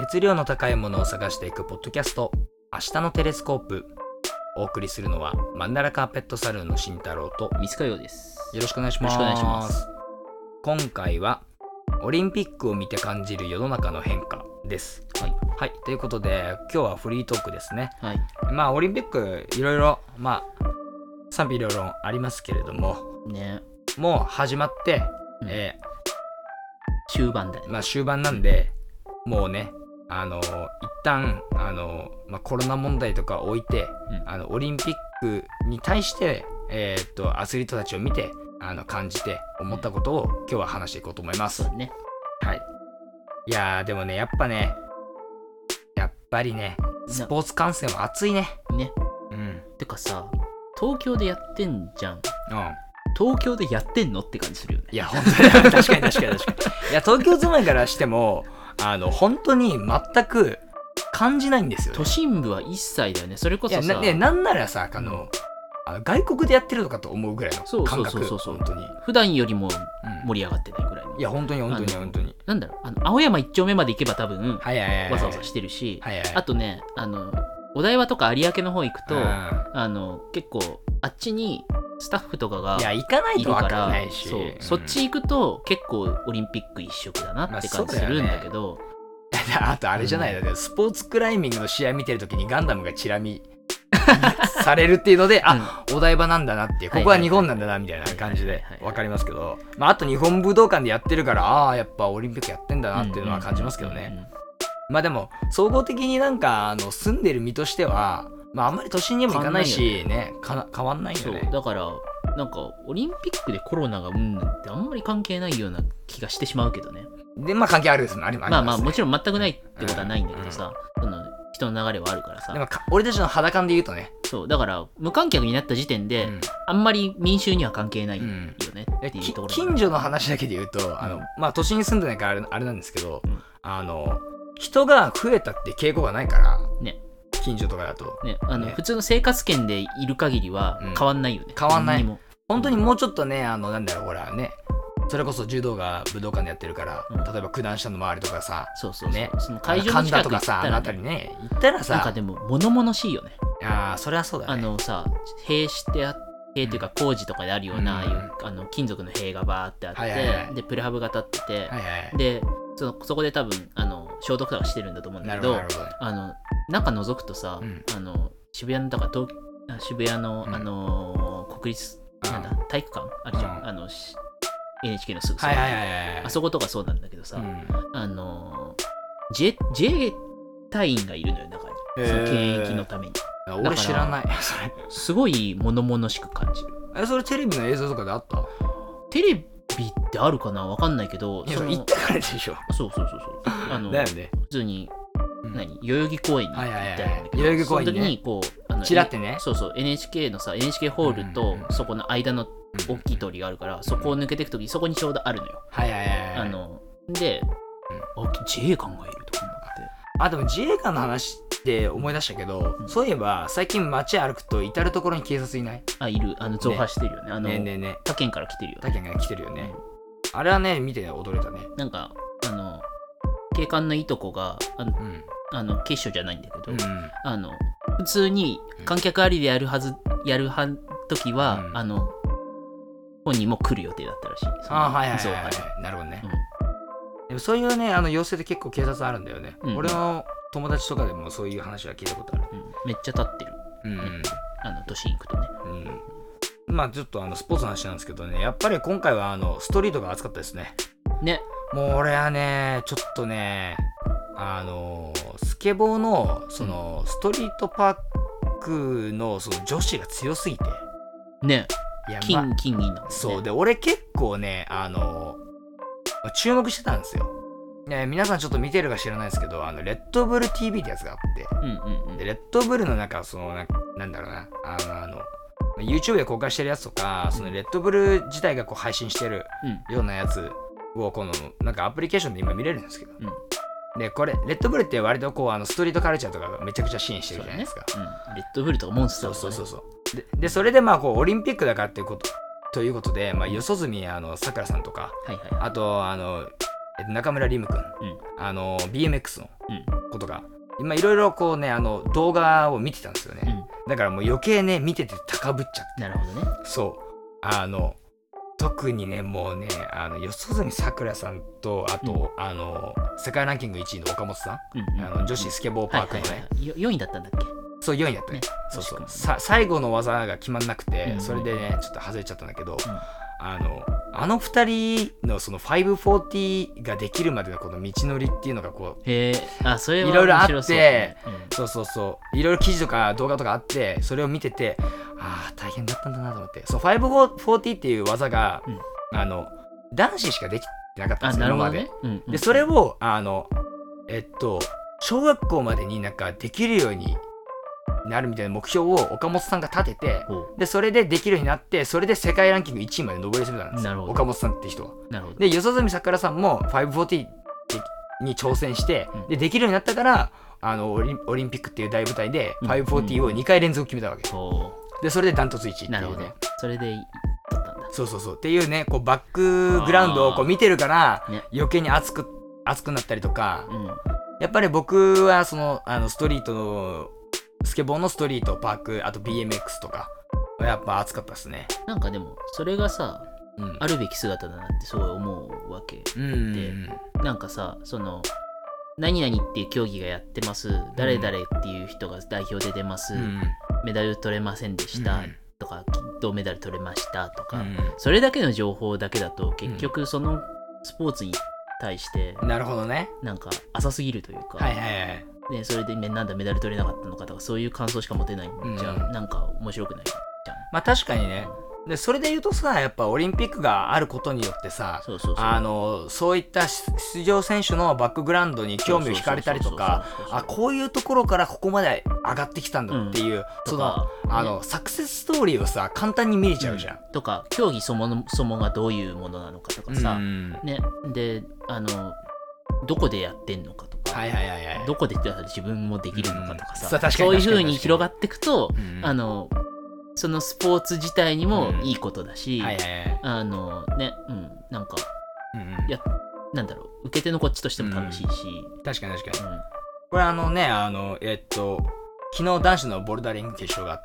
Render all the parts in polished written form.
質量の高いものを探していくポッドキャスト、明日のテレスコープ。お送りするのはマンダラカーペットサルーンの慎太郎と三塚洋です。 よろしくお願いします。 よろしくお願いします。 今回はオリンピックを見て感じる世の中の変化です。はい、ということで今日はフリートークですね。 はい。 まあオリンピックいろいろ賛否両論ありますけれども、 ね。 もう始まって、 終盤だよね。 終盤なんで、もうね一旦コロナ問題とか置いて、オリンピックに対してアスリートたちを見て感じて思ったことを今日は話していこうと思います。 そうね。 はい。いやーでもねやっぱりねスポーツ観戦は熱いね。 ね。てかさ、東京でやってんじゃん。東京でやってんのって感じするよね。 いや本当に確かに。いや東京住まいからしても本当に全く感じないんですよね。 都心部は一切だよね。それこそさ、 なんならさ外国でやってるのかと思うぐらいの感覚。 そう本当に普段よりも盛り上がってないぐらいの。 いや本当になんだろう、青山一丁目まで行けば多分わざわざしてるし、あとねお台場とか有明の方行くと結構あっちにスタッフとかが行かないと分からないし、 そっち行くと結構オリンピック一色だなって感じするんだけど、 あとあれじゃないの、スポーツクライミングの試合見てるときにガンダムがチラ見されるっていうのでお台場なんだなっていう、ここは日本なんだなみたいな感じで分かりますけど、あと日本武道館でやってるからやっぱオリンピックやってんだなっていうのは感じますけどね。でも総合的に住んでる身としてはあんまり都心にも行かないしね、変わんないよね。 そうだからオリンピックでコロナがってあんまり関係ないような気がしてしまうけどね。 で関係あるですね。 もちろん全くないってことはないんだけどさ、その人の流れはあるからさ。 でも俺たちの肌感で言うとね、 そうだから無観客になった時点で、あんまり民衆には関係ないよねっていうところ。 近所の話だけで言うと都心に住んでないからあれなんですけど、人が増えたって傾向がないからね。近所とかだと、 普通の生活圏でいる限りは変わんないよね。 変わんない。本当にもうちょっとねなんだろう、ほらね、それこそ柔道が武道館でやってるから、例えば九段下の周りとかさ、 ね、その会場の近く行ったら、 あたりね行ったらさ、 でも物々しいよね。 それはそうだね。 塀っていうか工事とかであるような、金属の塀がバーってあって、でプレハブが立ってて、でそこで多分消毒とかしてるんだと思うんだけど、中覗くとさ、渋谷の国立体育館あるじゃん、NHK のすぐそばに、あそことかそうなんだけどさ、自衛隊員がいるのよ、中に。その検疫のために。 俺知らない。 すごい物々しく感じる。 それテレビの映像とかであった？ テレビってあるかな、わかんないけど、 行ったからでしょ。 そうだよね。 普通に代々木公園に行ったんだけど、 代々木公園にその時にこうチラってね、 NHK のさ NHK ホールとそこの間の大きい通りがあるから、そこを抜けていくときそこにちょうどあるのよ。で、自衛官がいるとか思って。 でも自衛官の話で思い出したけど、そういえば最近街歩くと至る所に警察いない？ いる。増派してるよね。 ね他県から来てるよね。 他県から来てるよね。あれはね見て驚いたね。 警官のいとこが警視庁じゃないんだけど、普通に観客ありでやる時は、本人も来る予定だったらしい。 なるほどね。でもそういうね要請で結構警察あるんだよね。俺の友達とかでもそういう話は聞いたことある。 めっちゃ立ってる。都心行くとね。 ちょっとスポーツの話なんですけどね、やっぱり今回はストリートが熱かったですね。 ね。 もう俺はねちょっとねスケボーのそのストリートパークのその女子が強すぎてね。金銀なんですね。 そうで俺結構ね注目してたんですよ。皆さんちょっと見てるか知らないですけどレッドブル TV ってやつがあって、でレッドブルのなんだろうなYouTube で公開してるやつとか、そのレッドブル自体がこう配信してるようなやつをこのアプリケーションで今見れるんですけど、でこれレッドブルって割とこうストリートカルチャーとかがめちゃくちゃ支援してるじゃないですか。 レッドブルとかモンスターとか、ね、 そうでそれでこうオリンピックだからっていうことで、四十住さくらさんとか、あと中村輪夢君、BMX のことが、今いろいろこうね動画を見てたんですよね、だからもう余計ね見てて高ぶっちゃって。 なるほどね。 そう特にねもうね四十住さくらさんとあと、世界ランキング1位の岡本さん、女子スケボーパークのね、 4位だったんだっけ。 そう4位だったね。そう最後の技が決まんなくて、それでねちょっと外れちゃったんだけど、あの2人のその540ができるまでのこの道のりっていうのがこういろいろあって、そういろいろ記事とか動画とかあって、それを見てて大変だったんだなと思って。そう540っていう技が、男子しかできてなかったんですよ今まで、でそれを小学校までになんかできるようになるみたいな目標を岡本さんが立てて、でそれでできるようになって、それで世界ランキング1位まで上り詰めたんですよ、岡本さんって人は。で四十住さくらさんも540に挑戦して、できるようになったからオリンピックっていう大舞台で540を2回連続決めたわけ、でそれでダントツ1位っていうね。 なるほど、それで取ったんだ。 そうっていうね、こうバックグラウンドをこう見てるから、余計に熱くなったりとか、やっぱり僕はそのストリートのスケボーのストリートパーク、あと BMX とかやっぱ熱かったですね。 なんかでもそれがさ、あるべき姿だなってすごい思うわけで、なんかさ、その何々っていう競技がやってます、誰々っていう人が代表で出ます、メダル取れませんでしたとか、銅メダル取れましたとか、それだけの情報だけだと結局そのスポーツに対してなるほどね、 なんか浅すぎるというか、でそれでなんだメダル取れなかったのかとか、そういう感想しか持てないんじゃ、なんか面白くないじゃん。 まあ確かにね。でそれで言うとさ、やっぱオリンピックがあることによってさ、そういった出場選手のバックグラウンドに興味を惹かれたりとか、こういうところからここまで上がってきたんだっていう、そのサクセスストーリーをさ簡単に見れちゃうじゃん、 とか競技そもそもがどういうものなのかとかさ、ね、でどこでやってんのかとか、どこで自分もできるのかとかさ、そういう風に広がっていくと、そのスポーツ自体にもいいことだし、なんか、なんだろう、受け手のこっちとしても楽しいし、 確かに、これ昨日男子のボルダリング決勝があって、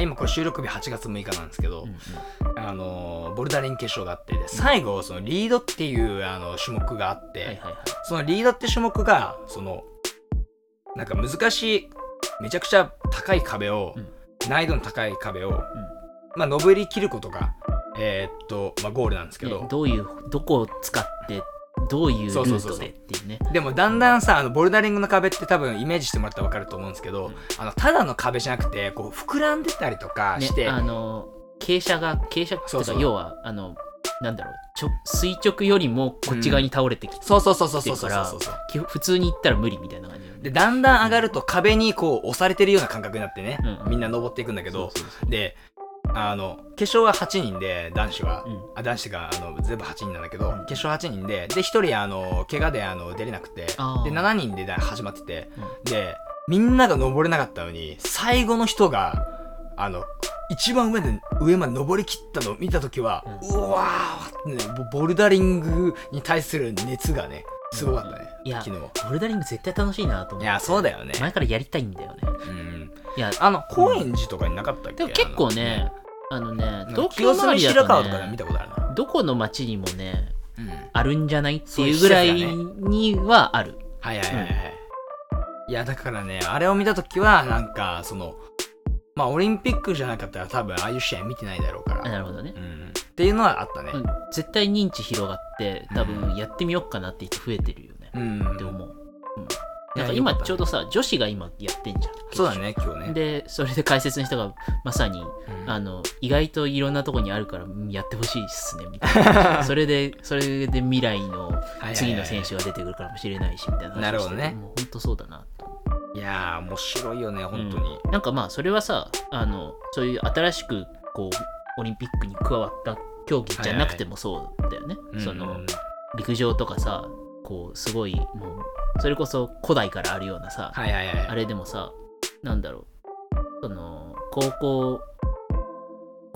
今これ収録日8月6日なんですけど、ボルダリング決勝があって、で最後そのリードっていう種目があって、そのリードって種目がそのなんか難しい、めちゃくちゃ高い壁を、難易度の高い壁を、登りきることがゴールなんですけど、 どこを使ってどういうルートでっていうね。 でもだんだんさ、ボルダリングの壁って多分イメージしてもらったら分かると思うんですけど、ただの壁じゃなくてこう膨らんでたりとかして、 傾斜っていうか、要はなんだろう、垂直よりもこっち側に倒れてきてるから普通に行ったら無理みたいな感じで、だんだん上がると壁にこう押されてるような感覚になってね、みんな登っていくんだけど、で決勝は8人で、男子が全部8人なんだけど、決勝8人で1人怪我で出れなくて、で7人で始まってて、でみんなが登れなかったのに、最後の人が一番上まで登りきったのを見たときは、うわーってね、ボルダリングに対する熱がねすごかったね。 いや、昨日ボルダリング絶対楽しいなと思って。 いや、そうだよね。 前からやりたいんだよね。 いや、高円寺とかになかったっけ？ でも結構ね、 東京周りだとね、白川とかで見たことあるな。 どこの町にもね、あるんじゃないっていうぐらいにはある。 いや、だからね、あれを見たときはなんかその、オリンピックじゃなかったら多分ああいう試合見てないだろうから。 なるほどね。 っていうのはあったね。 絶対認知広がって多分やってみようかなって人増えてるよね。って思う。なんか今ちょうどさ、女子が今やってんじゃん。 そうだね、今日ね。 でそれで解説の人がまさに、意外といろんなとこにあるからやってほしいっすねみたいな。それで未来の次の選手が出てくるかもしれないしみたいな話。 なるほどね。 もう本当そうだなと。 いやー面白いよね本当に。 なんかそれはさ、そういう新しくこうオリンピックに加わった競技じゃなくてもそうだよね。その陸上とかさ、こうすごいもうそれこそ古代からあるようなさ、あれでもさ、なんだろう、その高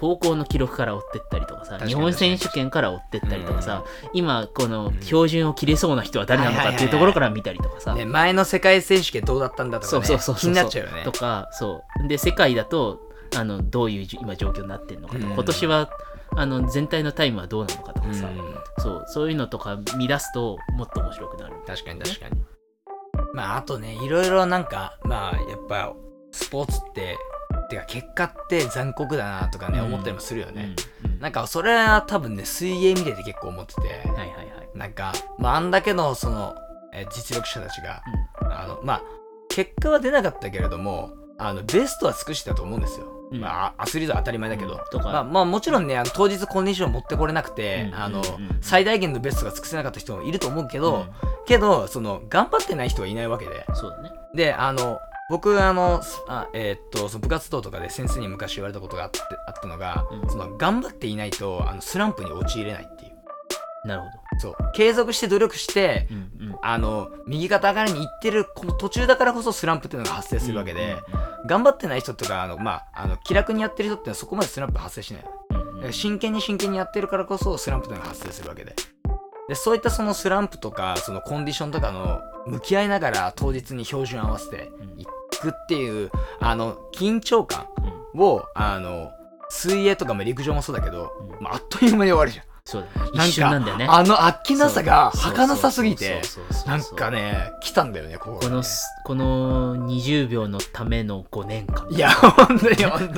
高校の記録から追ってったりとかさ、日本選手権から追ってったりとかさ、今この標準を切れそうな人は誰なのかっていうところから見たりとかさ、 前の世界選手権どうだったんだとかね、気になっちゃうよね。 とか、そうで世界だとどういう今状況になってるのかとか、今年は全体のタイムはどうなのかとかさ、そういうのとか見出すともっと面白くなる。 確かに。まああとね、いろいろなんかまあやっぱスポーツっててか結果って残酷だなとかね、思ったりもするよね。なんかそれは多分ね、水泳見てて結構思ってて、なんかまああんだけのその実力者たちが、まあ結果は出なかったけれどもベストは尽くしたと思うんですよ。まあアスリートは当たり前だけど、まあもちろんね、当日コンディション持ってこれなくて、最大限のベストが尽くせなかった人もいると思うけど、その頑張ってない人はいないわけで。 そうだね。 で僕その部活動とかで先生に昔言われたことがあったのが、その頑張っていないとスランプに陥れないっていう。 なるほど。 そう継続して努力して、右肩上がりにいってる途中だからこそスランプっていうのが発生するわけで、頑張ってない人とか気楽にやってる人ってのはそこまでスランプ発生しない。真剣にやってるからこそスランプっていうのが発生するわけで、そういったそのスランプとかそのコンディションとかの向き合いながら当日に標準合わせていくっていう緊張感を水泳とかも陸上もそうだけど、あっという間に終わるじゃん。 そうだね、一瞬なんだよね。 あっきなさが儚さすぎて、なんかね来たんだよね、この20秒のための5年間。 いや本当に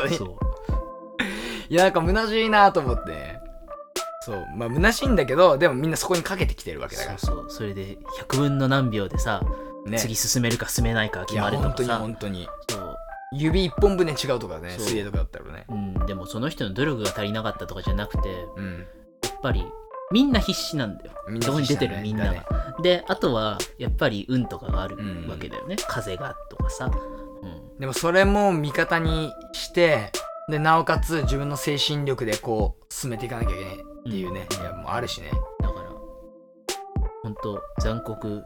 いやなんか虚しいなと思って、まあ虚しいんだけど、でもみんなそこにかけてきてるわけだから。 それで100分の何秒でさ、次進めるか進めないか決まるとかさ。 本当に指一本分違うとかね、水泳とかだったらね。 でもその人の努力が足りなかったとかじゃなくて、やっぱりみんな必死なんだよ。そこに出てるみんなが。であとはやっぱり運とかがあるわけだよね。風がとかさ。 でもそれも味方にして、でなおかつ自分の精神力でこう進めていかなきゃいけないっていうね、いやもうあるしね。 だから本当残酷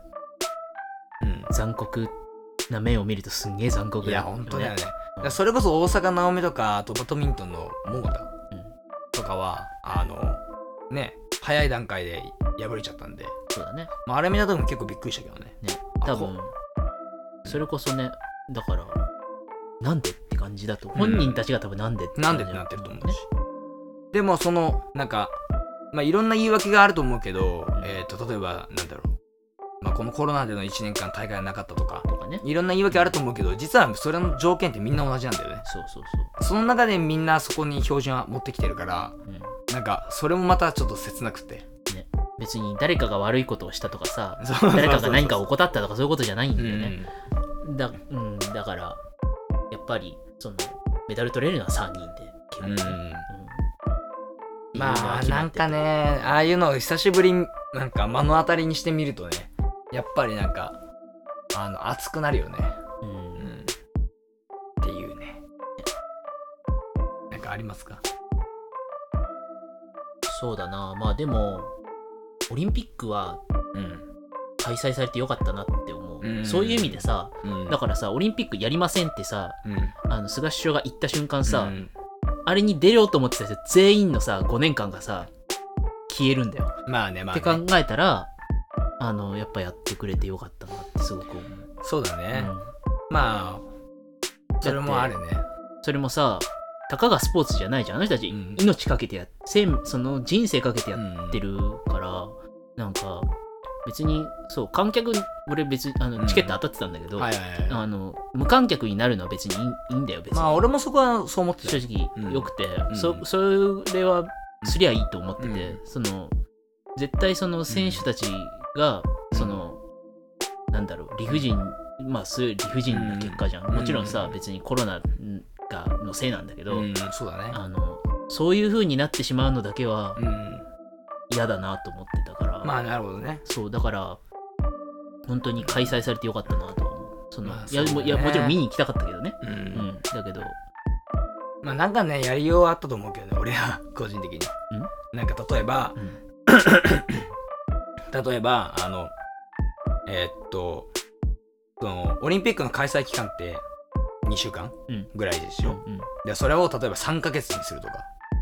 な面を見るとすんげえ残酷だよね。 いや本当だよね。それこそ大坂なおみとか、あとバドミントンの桃田とかはね、早い段階で破れちゃったんで。 そうだね。 あれ見た時も結構びっくりしたけどね。 多分それこそね、だからなんでって感じだと、本人たちが多分なんでってなってると思うし、でもそのなんかいろんな言い訳があると思うけど、例えばなんだろう、このコロナでの1年間大会がなかったとかね、いろんな言い訳あると思うけど、実はそれの条件ってみんな同じなんだよね。その中でみんなそこに標準は持ってきてるから、なんかそれもまたちょっと切なくて、 別に誰かが悪いことをしたとかさ、誰かが何かを怠ったとかそういうことじゃないんだよね。だからやっぱりそのメダル取れるのは3人で基本的に、 なんかね、ああいうのを久しぶりになんか目の当たりにしてみるとね、やっぱりなんか熱くなるよね。っていうね。なんかありますか？ そうだな、でもオリンピックは開催されてよかったなって思う。そういう意味でさ、だからさ、オリンピックやりませんってさ、菅首相が言った瞬間さ、あれに出ようと思ってた人全員のさ5年間がさ消えるんだよ。って考えたらやっぱやってくれてよかったなってすごく思う。 そうだね。それもあるね。 それもさ、たかがスポーツじゃないじゃん。あの人たち命かけてその人生かけてやってるから、なんか別に観客、俺別にチケット当たってたんだけど、無観客になるのは別にいいんだよ。別に俺もそこはそう思ってた。 正直よくて、それはすりゃいいと思ってて、絶対その選手たちがなんだろう、理不尽な結果じゃん。もちろんさ、別にコロナのせいなんだけど、 そうだね。 そういう風になってしまうのだけは嫌だなと思ってたから。 なるほどね。 そうだから本当に開催されてよかったなと思う。いやもちろん見に行きたかったけどね。だけどなんかね、やりようあったと思うけどね、俺は個人的に。なんか例えばそのオリンピックの開催期間って2週間ぐらいでしょ。でそれを例えば3ヶ月にするとか、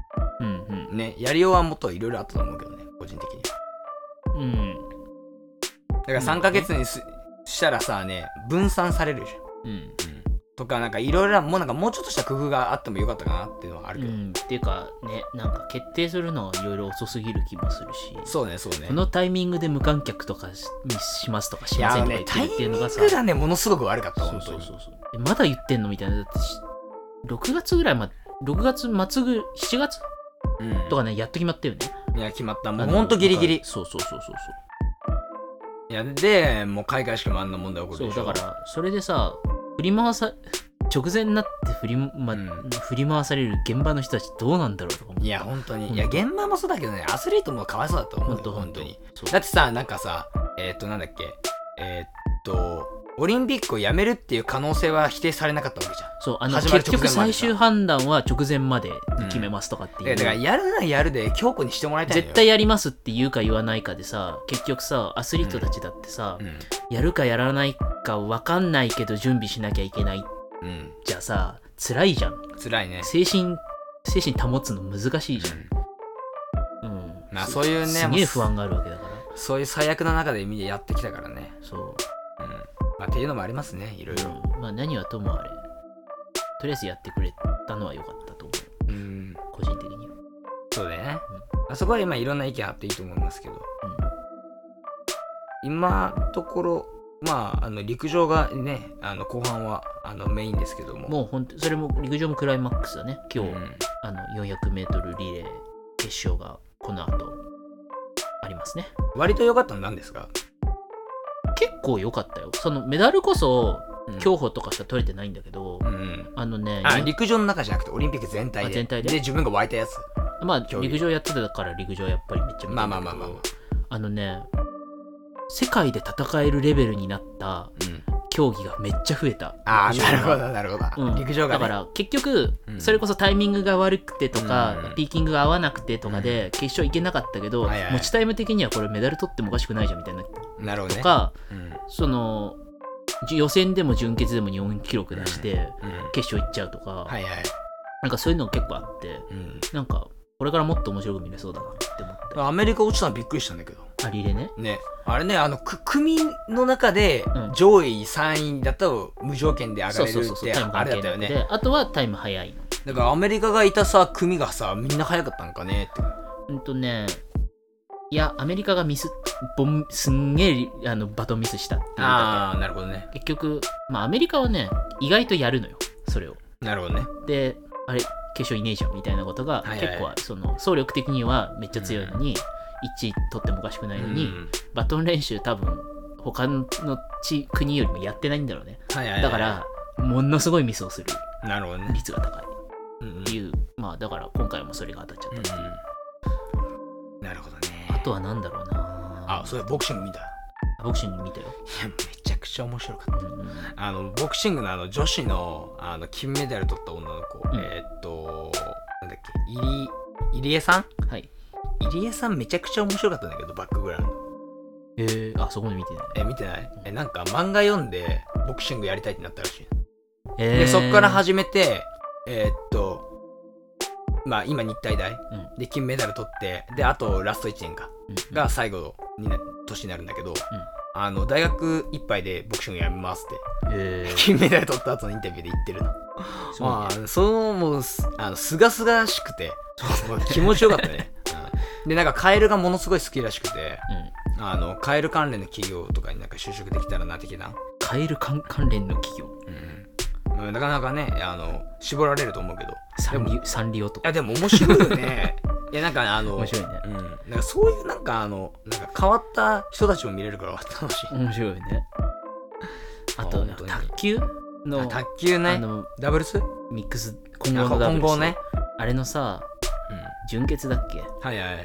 ね、やりようはもっといろいろあったと思うけどね、個人的に。だから3ヶ月にしたらさね、分散されるじゃん。とかなんかいろいろもうなんかもうちょっとした工夫があってもよかったかなっていうのはあるけど。 っていうかね、なんか決定するのはいろいろ遅すぎる気もするし。 そうね。 このタイミングで無観客とかにしますとかしませんとか言ってるっていうのがさ。 タイミングがね、ものすごく悪かった、本当に。 そう。まだ言ってんのみたいな。だって6月ぐらいまで、6月末7月、とかね、やっと決まったよね。 いや、決まった。もうほんとギリギリ。 そう。 いや、で、もう開会式もあんな問題起こるでしょ。 そう、だから、それでさ、直前になって振り回される現場の人たちどうなんだろうとか思って。 いや、本当に。いや、現場もそうだけどね、アスリートもかわいそうだと思う。本当に。だってさ、なんかさ、なんだっけ、オリンピックをやめるっていう可能性は否定されなかったわけじゃん。 そう、結局最終判断は直前まで決めますとかっていう。 だからやるならやるで強固にしてもらいたいのよ。 絶対やりますって言うか言わないかでさ、結局さ、アスリートたちだってさ、やるかやらないか分かんないけど準備しなきゃいけない。じゃあさ、辛いじゃん。 辛いね。 精神保つの難しいじゃん。 まあそういうね、 すげえ不安があるわけだから。 そういう最悪な中でみんなやってきたからね。 そう。 まあっていうのもありますね、いろいろ。 まあ何はともあれ、とりあえずやってくれたのは良かったと思う。個人的には。 そうだよね。あそこは今いろんな意見あっていいと思いますけど。今のところ、まあ、陸上がね、後半はメインですけども。 もう本当それも陸上もクライマックスだね。今日、400メートルリレー決勝がこの後ありますね。 割と良かったのなんですか？ 結構良かったよ。そのメダルこそ競歩とかしか取れてないんだけど、 陸上の中じゃなくてオリンピック全体で。で自分が湧いたやつ。 まあ陸上やってたから陸上やっぱりめっちゃ見てるんだけど、 まあ世界で戦えるレベルになった競技がめっちゃ増えた。 なるほど。陸上が、ね、 だから結局それこそタイミングが悪くてとか、ピーキングが合わなくてとかで決勝行けなかったけど、持ちタイム的にはこれメダル取ってもおかしくないじゃんみたいな。 なるほどね。 とか、その予選でも準決でも日本記録出して決勝行っちゃうとか、なんかそういうのが結構あって、なんかこれからもっと面白く見れそうだなって思って。 アメリカ落ちたのびっくりしたんだけど。 リレーね。 あれね、組の中で上位3位だと無条件で上がれるってあれだったよね。 あとはタイム早いの。 だからアメリカがいたさ、組がさ、みんな早かったんかねって。 いや、アメリカがすんげえバトンミスしたっていうだけ。 なるほどね。 結局、まあアメリカはね、意外とやるのよ、それを。 なるほどね。 で、あれ、決勝いねえじゃんみたいなことが結構その総力的にはめっちゃ強いのに、1位取ってもおかしくないのに、バトン練習多分他の国よりもやってないんだろうね。だからものすごいミスをする率が高いっていう、まあだから今回もそれが当たっちゃったっていう。 なるほどね。 あとはなんだろうな。 それボクシング見た？ ボクシング見たよ。 いや、めちゃくちゃ面白かった。ボクシングの女子の金メダル取った女の子、なんだっけ、入江さん？はい。入江さんめちゃくちゃ面白かったんだけど、バックグラウンド。そこに見てない。 見てない？なんか漫画読んでボクシングやりたいってなったらしい。で、そっから始めて、まあ今日体大で金メダル取って、で、あとラスト1年かが最後に年になるんだけど、大学いっぱいでボクシングやめますって、金メダル取った後のインタビューで言ってるの。まあ、そのもうすがすがしくて気持ちよかったね。で、なんかカエルがものすごい好きらしくて、カエル関連の企業とかになんか就職できたらな的な。 カエル関連の企業、 なかなかね、絞られると思うけど。 サンリオとか。 いや、でも面白いよね。いや、なんか面白いね。 なんかそういうなんかなんか変わった人たちも見れるから楽しい。 面白いね。あと卓球の卓球ね。ダブルス？ ミックス混合のダブルス。 混合ね。 あれのさ、準決だっけ？ はいはい。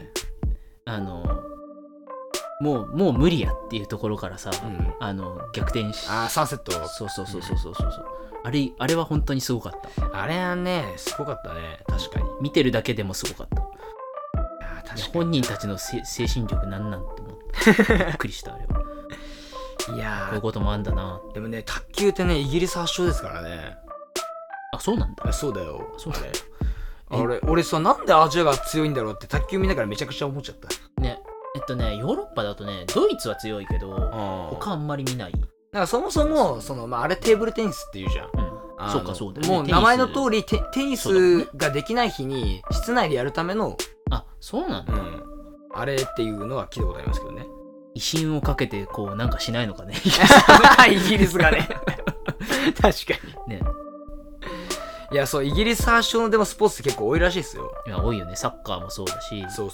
もう無理やっていうところからさ、逆転し。 3セット。 そう。あれは本当にすごかった。 あれはね、すごかったね。確かに。 見てるだけでもすごかった。本人たちの精神力なんて思ってびっくりしたあれは。いやー、こういうこともあんだな。 でもね、卓球ってね、イギリス発祥ですからね。 そうなんだ。 そうだよ。 そうだよ。 俺さ、なんでアジアが強いんだろうって卓球見ながらめちゃくちゃ思っちゃったね。ヨーロッパだとね、ドイツは強いけど、他あんまり見ない。 なんかそもそもあれテーブルテニスっていうじゃん。 そうか、そうだよね。 もう名前の通りテニスができない日に室内でやるための、 あ、そうなんだ。 あれっていうのは聞いたことありますけどね。 威信をかけてこうなんかしないのかね。 イギリスがね。確かに。ね。いや、そう、イギリス発祥のでもスポーツって結構多いらしいですよ。 いや、多いよね。サッカーもそうだし。 そう。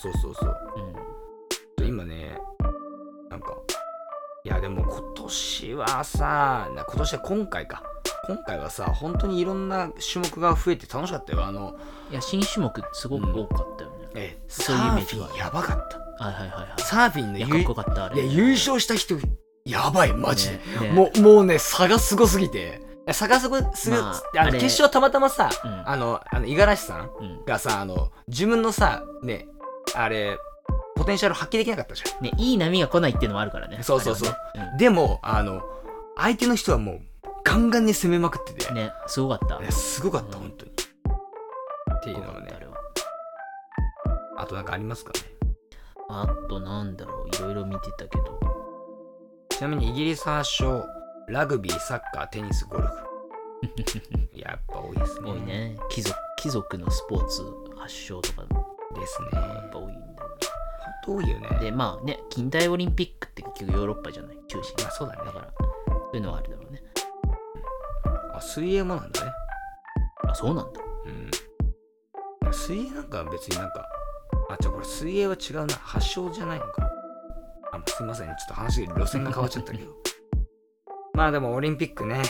今ね、なんか、いや、でも今年はさ、今回はさ、本当にいろんな種目が増えて楽しかったよ。 いや、新種目すごく多かったよね。 サーフィンやばかった。サーフィンの優勝した人、やばい、マジで。もうね、差がすごすぎて。決勝たまたまさ、五十嵐さんがさ、自分のさ、ね、あれ、ポテンシャル発揮できなかったじゃん。 ね、いい波が来ないっていうのもあるからね。 そう。でも、相手の人はもう、ガンガンに攻めまくってて。 ね、すごかった。 すごかった、本当に。っていうのはね。あとなんかありますかね。 あとなんだろう、いろいろ見てたけど。 ちなみにイギリス発祥、ラグビー、サッカー、テニス、ゴルフ。やっぱ多いですね。 多いね。貴族のスポーツ発祥とかですね。 やっぱ多いんだよね。 本当多いよね。 で、まあね、近代オリンピックって結局ヨーロッパじゃない、中心が。 そうだね。 だから、そういうのはあるだろうね。 水泳もなんだね。 あ、そうなんだ。 水泳なんか別になんか、これ水泳は違うな。発祥じゃないのか。すいません。ちょっと話が路線が変わっちゃったけど。まあでもオリンピックね。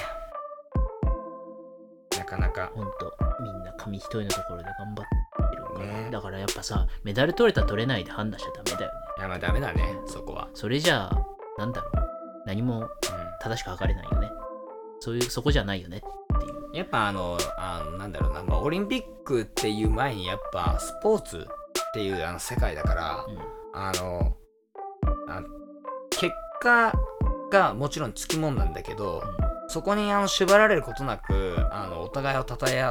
なかなか。 ほんと、みんな紙一重のところで頑張ってるからね。だからやっぱさ、メダル取れた取れないで判断しちゃダメだよね。 いや、まあダメだね、そこは。 それじゃあ、なんだろう。何も正しく測れないよね。そこじゃないよねっていう。 やっぱなんだろうな、オリンピックっていう前にやっぱスポーツっていう世界だから、結果がもちろんつきもんなんだけど、そこに縛られることなくお互いを称え合って、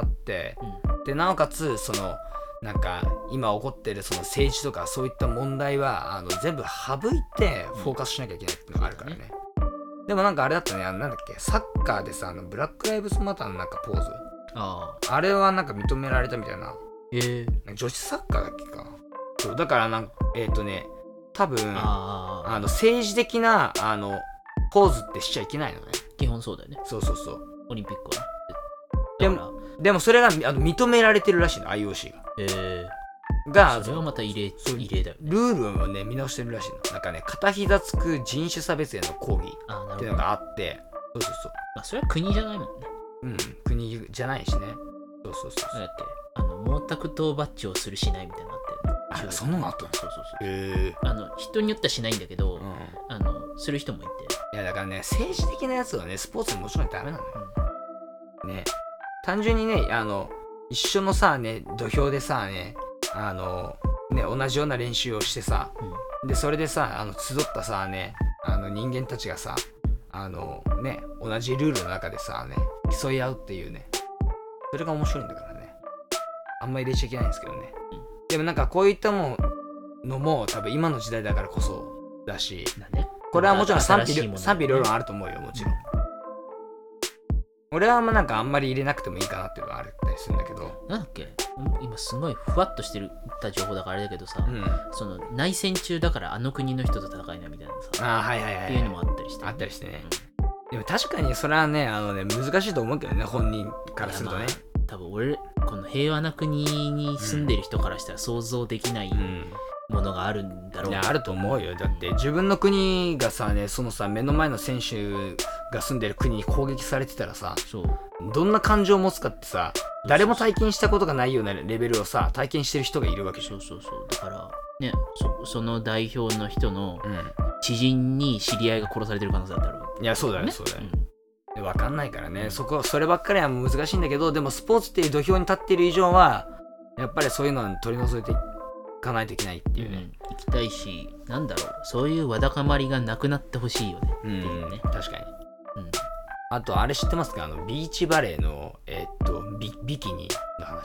でなおかつなんか今起こってるその政治とかそういった問題は全部省いてフォーカスしなきゃいけないっていうのがあるからね。でもなんかあれだったね、なんだっけ、サッカーでさ、ブラックライブズマターのなんかポーズ、あれはなんか認められたみたいな。女子サッカーだっけか。そうだから多分政治的なポーズってしちゃいけないのね。 基本そうだよね。 そう。 オリンピックはね。 でもそれが認められてるらしいの、 IOC が。 それはまた異例だよね。 ルールをね見直してるらしいの。なんかね、片膝つく人種差別への抗議っていうのがあって。そう。 まあそれは国じゃないもんね。 国じゃないしね。そう。 だって毛沢東バッジをするしないみたいなのあって。 そんなのあったの？ そう。人によってはしないんだけど、する人もいて。 いやだからね、政治的なやつはね、スポーツにもちろんダメなのよ。ね、単純にね、一緒のさね、土俵でさね、同じような練習をしてさ、でそれでさ集ったさね、人間たちがさね、同じルールの中でさね、競い合うっていうね、それが面白いんだからね。あんまり入れちゃいけないんですけどね。でもなんかこういったのも多分今の時代だからこそだし、これはもちろん賛否両論あると思うよ、もちろん。俺はなんかあんまり入れなくてもいいかなっていうのがあるったりするんだけど。 なんだっけ、今すごいふわっとしてた情報だからあれだけどさ、その内戦中だから国の人と戦いなみたいなさ、っていうのもあったりして、 あったりしてね。でも確かにそれはね、難しいと思うけどね、本人からするとね。 多分この平和な国に住んでる人からしたら想像できないものがあるんだろう。 あると思うよ。だって自分の国がさね、そのさ目の前の選手が住んでる国に攻撃されてたらさ、どんな感情を持つかってさ、誰も体験したことがないようなレベルをさ体験してる人がいるわけじゃん。 そうだからね、その代表の人の知人に知り合いが殺されてる可能性だったら、 いやそうだよね、分かんないからね、そればっかりは難しいんだけど、でもスポーツっていう土俵に立っている以上はやっぱりそういうのは取り除いていかないといけないっていうね。 行きたいし、なんだろう、そういうわだかまりがなくなってほしいよねっていうね。 確かに。あとあれ知ってますか、ビーチバレーのビキニの話。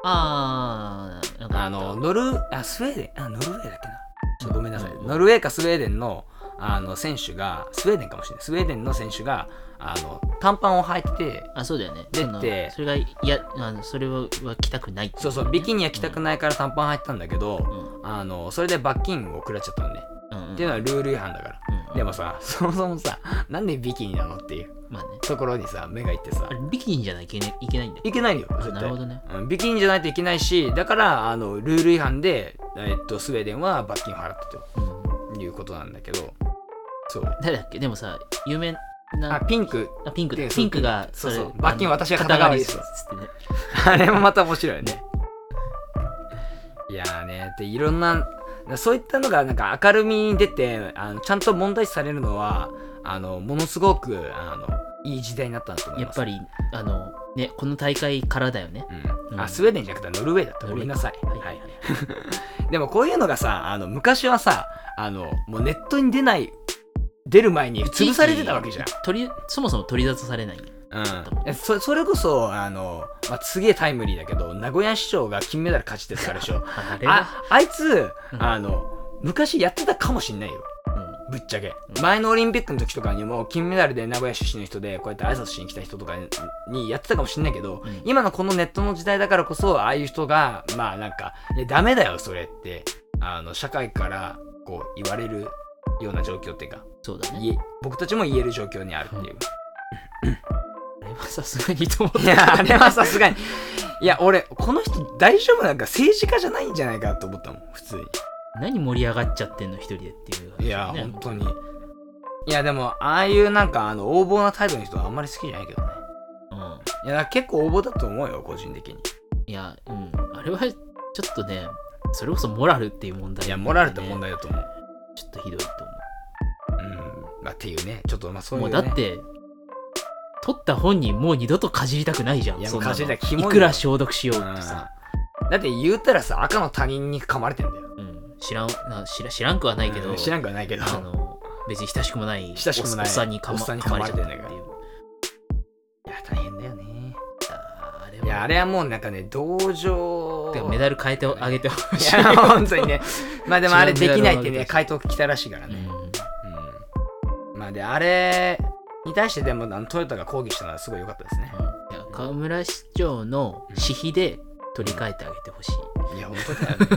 スウェーデン、ノルウェーだっけな、ちょっとごめんなさい、ノルウェーかスウェーデンの選手が、スウェーデンかもしれない、スウェーデンの選手が短パンを履いて、 そうだよね、 出て、 それがそれは着たくないって、ね、 そうビキニは着たくないから短パン履いてたんだけど、それで罰金を食らっちゃったのね、っていうのはルール違反だから、でもさ、そもそもさ、なんでビキニなのっていう、ところにさ目がいってさ、 ビキニじゃないといけないんだよ。 いけないよ、絶対。 なるほどね。 ビキニじゃないといけないし、だからルール違反で、スウェーデンは罰金を払ったということなんだけど、そう。 誰だっけ、でもさ、有名なピンクがそう罰金私は肩代わりですよ。あれもまた面白いよね。いやーね、でいろんなそういったのがなんか明るみに出てちゃんと問題視されるのはものすごくいい時代になったんだと思います。 やっぱりね、この大会からだよね。 スウェーデンじゃなくてノルウェーだった。ごめんなさい。はいでもこういうのがさ、昔はさもうネットに出る前に潰されてたわけじゃん。 そもそも取り沙汰されない。 それこそすげえタイムリーだけど、名古屋市長が金メダル勝ちってたからでしょ。あいつ昔やってたかもしんないよ、ぶっちゃけ。前のオリンピックの時とかにも金メダルで名古屋出身の人でこうやって挨拶しに来た人とかにやってたかもしんないけど、今のこのネットの時代だからこそ、ああいう人がなんかダメだよそれって社会からこう言われるような状況っていうか、 そうだね、 僕たちも言える状況にあるっていう。 あれはさすがにと思って。 いや、あれはさすがに。いや、俺この人大丈夫なんか、政治家じゃないんじゃないかと思ったもん、普通に。 何盛り上がっちゃってんの一人でっていう、 ね。いや、本当に。いや、でもああいうなんか横暴な態度の人はあんまり好きじゃないけどね。いや、結構横暴だと思うよ、個人的に。 いや、あれはちょっとね、それこそモラルっていう問題、ね。 いや、モラルって問題だと思う。 ちょっとひどいと思う。 っていうね、ちょっとそういう、ね。 もうだって取った本人もう二度とかじりたくないじゃん。 いや、もうかじりたくいくら消毒しようってさ。 だって言ったらさ、赤の他人に噛まれてんだよ。 知らんくはないけど。 知らんくはないけど。 別に親しくもないおっさんに噛まれちゃったっていう。いや、 大変だよね。いや、あれはもうなんかね、同情。 メダル変えてあげてほしい。 いや、本当にね。でもあれできないってね、回答来たらしいからね。で、あれに対してでもトヨタが抗議したのはすごい良かったですね。 いや、河村市長の私費で取り替えてあげてほしい。 いや、本当だよね。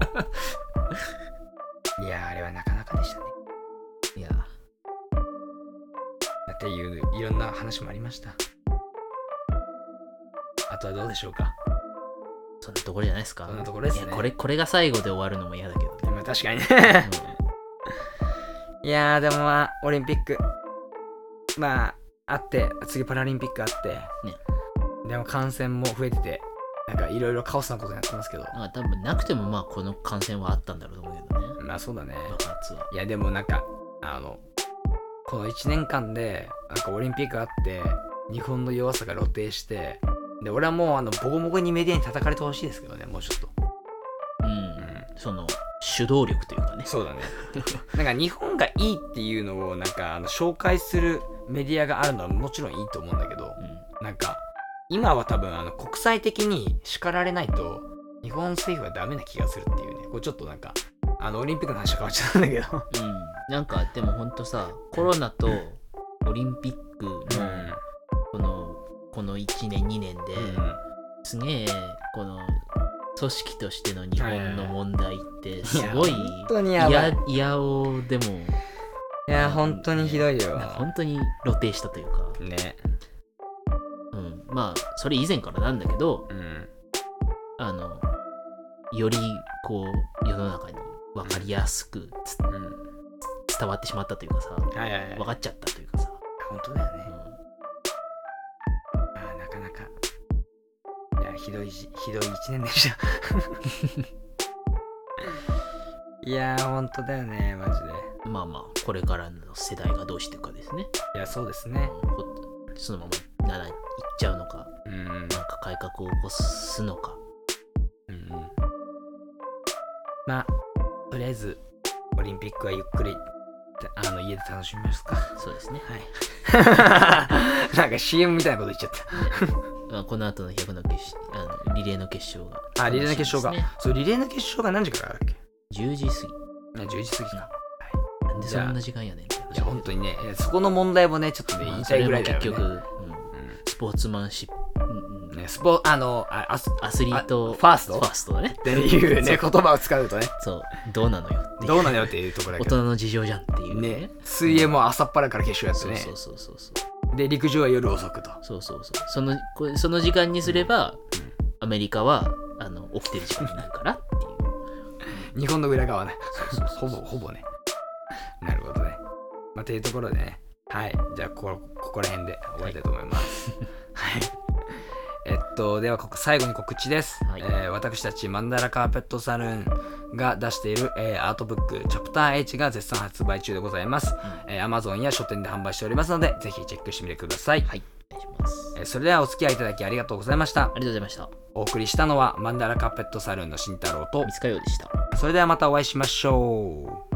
いや、あれはなかなかでしたね。いや。っていういろんな話もありました。あとはどうでしょうか。 そんなところじゃないですか。 そんなところですね。 これが最後で終わるのも嫌だけどね。 確かにね。いやー、でもオリンピックあって次パラリンピックあって、ね、でも感染も増えてて、なんかいろいろカオスなことになってますけど、 多分なくてもこの感染はあったんだろうと思うけどね。 そうだね。いや、でもなんかこの1年間でなんかオリンピックあって日本の弱さが露呈して、で俺はもうボコボコにメディアに叩かれてほしいですけどね、もうちょっと。 その主導力というかね。 そうだね。なんか日本がいいっていうのをなんか紹介するメディアがあるのはもちろんいいと思うんだけど、なんか今は多分国際的に叱られないと日本政府はダメな気がするっていうね。これちょっとなんかオリンピックの話は変わっちゃったんだけど。 なんかでもほんとさ、コロナとオリンピックのこの1年2年ですげえこの組織としての日本の問題ってすごい嫌おでも、 いや本当にひどいよ。 本当に露呈したというかね。 それ以前からなんだけど、よりこう世の中に分かりやすく伝わってしまったというかさ、分かっちゃったというかさ。 本当だよね。なかなかひどい1年でした。いや本当だよね、マジで。 これからの世代がどうしていくかですね。 いや、そうですね。 そのままいっちゃうのか、なんか改革を起こすのか。 とりあえずオリンピックはゆっくり家で楽しみますか。 そうですね。 はい。なんか CM みたいなこと言っちゃった。 この後の100のリレーの決勝が、 ね、リレーの決勝が、そうリレーの決勝が何時からだっけ ？10時過ぎ。 10時過ぎか、 はい、なんでそんな時間やねんって。 いや本当にね、そこの問題もねちょっとね言いたいぐらいだよね。 結局、スポーツマンシップ、 ね、 アスリートファーストだねっていうね言葉を使うとね、 そうどうなのよっていう、 どうなのよっていうところだけど、 大人の事情じゃんっていうね。 水泳も朝っぱらから決勝やってね。 そうで陸上は夜遅くと。 そうその時間にすれば、アメリカは起きてる時間になるからっていう日本の裏側ね。ほぼね。なるほどね。まあというところでね、はい、じゃあここら辺で終わりたいと思います。はい。では最後に告知です。はい、私たちマンダラカーペットサルーンが出している、アートブックチャプター H が絶賛発売中でございます。Amazon や書店で販売しておりますので、ぜひチェックしてみてください。 はい、お願いします。 それではお付き合いいただきありがとうございました。 ありがとうございました。 お送りしたのはマンダラカーペットサルーンの慎太郎と三塚洋でした。 それではまたお会いしましょう。